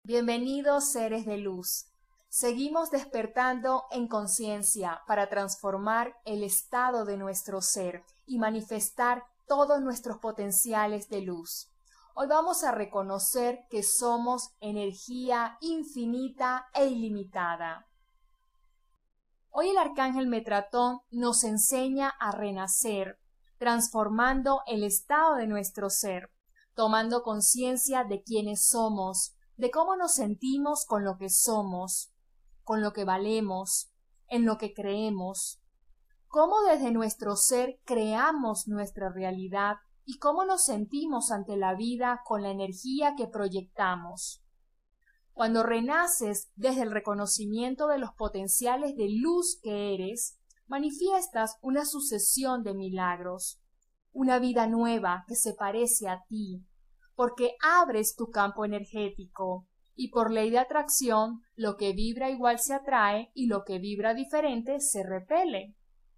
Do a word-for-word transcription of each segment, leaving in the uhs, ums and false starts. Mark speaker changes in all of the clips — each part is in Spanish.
Speaker 1: Bienvenidos seres de luz. Seguimos despertando en conciencia para transformar el estado de nuestro ser y manifestar todos nuestros potenciales de luz. Hoy vamos a reconocer que somos energía infinita e ilimitada. Hoy el Arcángel Metratón nos enseña a renacer, transformando el estado de nuestro ser, tomando conciencia de quiénes somos, de cómo nos sentimos con lo que somos, con lo que valemos, en lo que creemos, cómo desde nuestro ser creamos nuestra realidad y cómo nos sentimos ante la vida con la energía que proyectamos. Cuando renaces desde el reconocimiento de los potenciales de luz que eres, manifiestas una sucesión de milagros, una vida nueva que se parece a ti, porque abres tu campo energético, y por ley de atracción, lo que vibra igual se atrae y lo que vibra diferente se repele.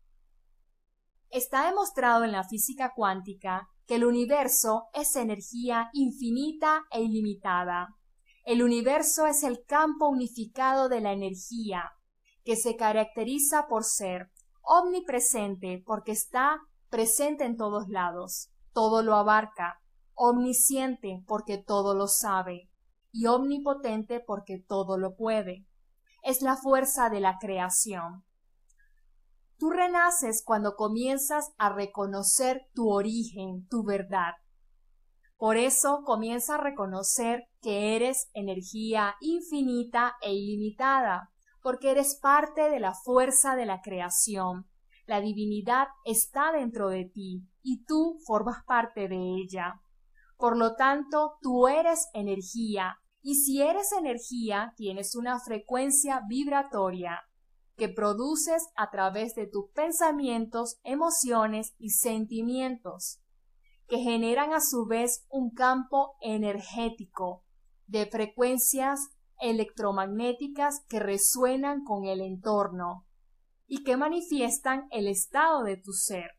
Speaker 1: Está demostrado en la física cuántica que el universo es energía infinita e ilimitada. El universo es el campo unificado de la energía, que se caracteriza por ser omnipresente porque está presente en todos lados, todo lo abarca, omnisciente porque todo lo sabe y omnipotente porque todo lo puede. Es la fuerza de la creación. Tú renaces cuando comienzas a reconocer tu origen, tu verdad. Por eso comienza a reconocer que eres energía infinita e ilimitada, porque eres parte de la fuerza de la creación. La divinidad está dentro de ti y tú formas parte de ella. Por lo tanto, tú eres energía, y si eres energía, tienes una frecuencia vibratoria que produces a través de tus pensamientos, emociones y sentimientos, que generan a su vez un campo energético de frecuencias electromagnéticas que resuenan con el entorno y que manifiestan el estado de tu ser.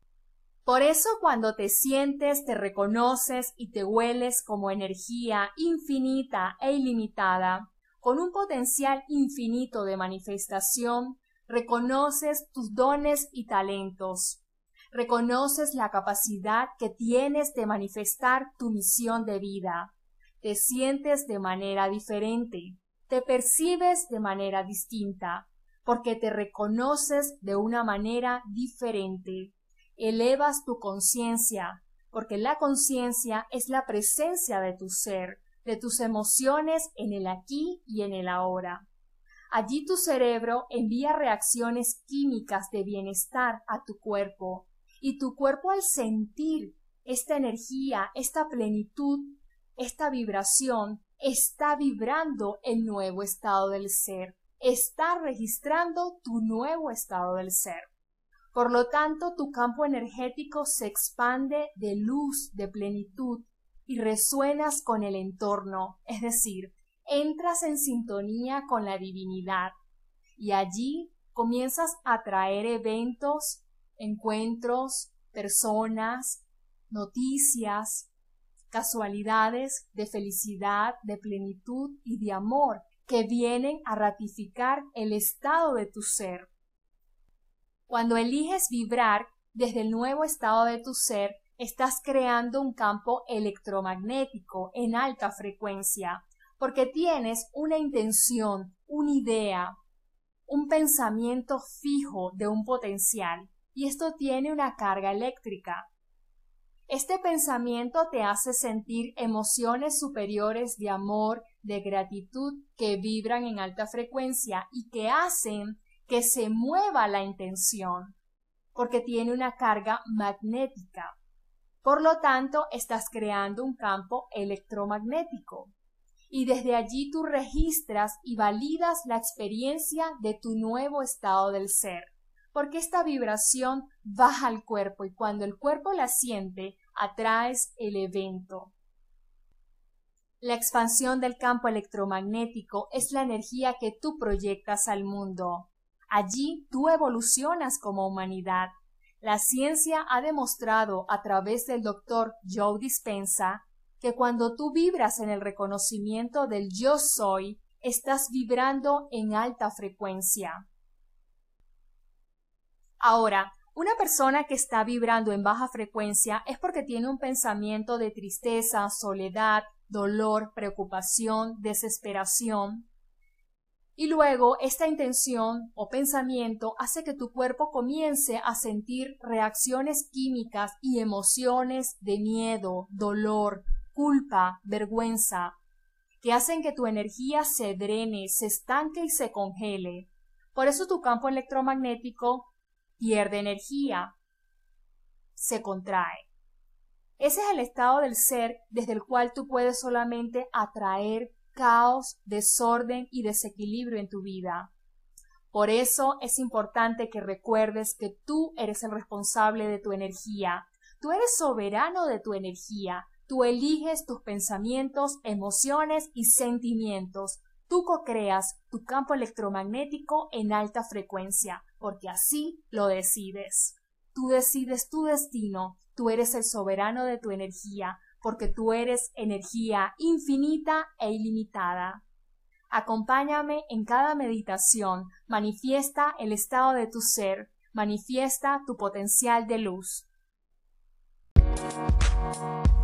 Speaker 1: Por eso cuando te sientes, te reconoces y te hueles como energía infinita e ilimitada, con un potencial infinito de manifestación, reconoces tus dones y talentos, reconoces la capacidad que tienes de manifestar tu misión de vida, te sientes de manera diferente, te percibes de manera distinta, porque te reconoces de una manera diferente. Elevas tu conciencia, porque la conciencia es la presencia de tu ser, de tus emociones en el aquí y en el ahora. Allí tu cerebro envía reacciones químicas de bienestar a tu cuerpo, y tu cuerpo al sentir esta energía, esta plenitud, esta vibración, está vibrando el nuevo estado del ser, está registrando tu nuevo estado del ser. Por lo tanto, tu campo energético se expande de luz, de plenitud, y resuenas con el entorno, es decir, entras en sintonía con la divinidad, y allí comienzas a traer eventos, encuentros, personas, noticias, casualidades de felicidad, de plenitud y de amor que vienen a ratificar el estado de tu ser. Cuando eliges vibrar desde el nuevo estado de tu ser, estás creando un campo electromagnético en alta frecuencia, porque tienes una intención, una idea, un pensamiento fijo de un potencial, y esto tiene una carga eléctrica. Este pensamiento te hace sentir emociones superiores de amor, de gratitud, que vibran en alta frecuencia y que hacen que se mueva la intención, porque tiene una carga magnética. Por lo tanto, estás creando un campo electromagnético. Y desde allí tú registras y validas la experiencia de tu nuevo estado del ser, porque esta vibración baja al cuerpo y cuando el cuerpo la siente, atraes el evento. La expansión del campo electromagnético es la energía que tú proyectas al mundo. Allí tú evolucionas como humanidad. La ciencia ha demostrado a través del doctor Joe Dispenza que cuando tú vibras en el reconocimiento del yo soy, estás vibrando en alta frecuencia. Ahora, una persona que está vibrando en baja frecuencia es porque tiene un pensamiento de tristeza, soledad, dolor, preocupación, desesperación. Y luego esta intención o pensamiento hace que tu cuerpo comience a sentir reacciones químicas y emociones de miedo, dolor, culpa, vergüenza, que hacen que tu energía se drene, se estanque y se congele. Por eso tu campo electromagnético pierde energía, se contrae. Ese es el estado del ser desde el cual tú puedes solamente atraer caos, desorden y desequilibrio en tu vida. Por eso es importante que recuerdes que tú eres el responsable de tu energía. Tú eres soberano de tu energía. Tú eliges tus pensamientos, emociones y sentimientos. Tú co-creas tu campo electromagnético en alta frecuencia, porque así lo decides. Tú decides tu destino. Tú eres el soberano de tu energía, porque tú eres energía infinita e ilimitada. Acompáñame en cada meditación, manifiesta el estado de tu ser, manifiesta tu potencial de luz.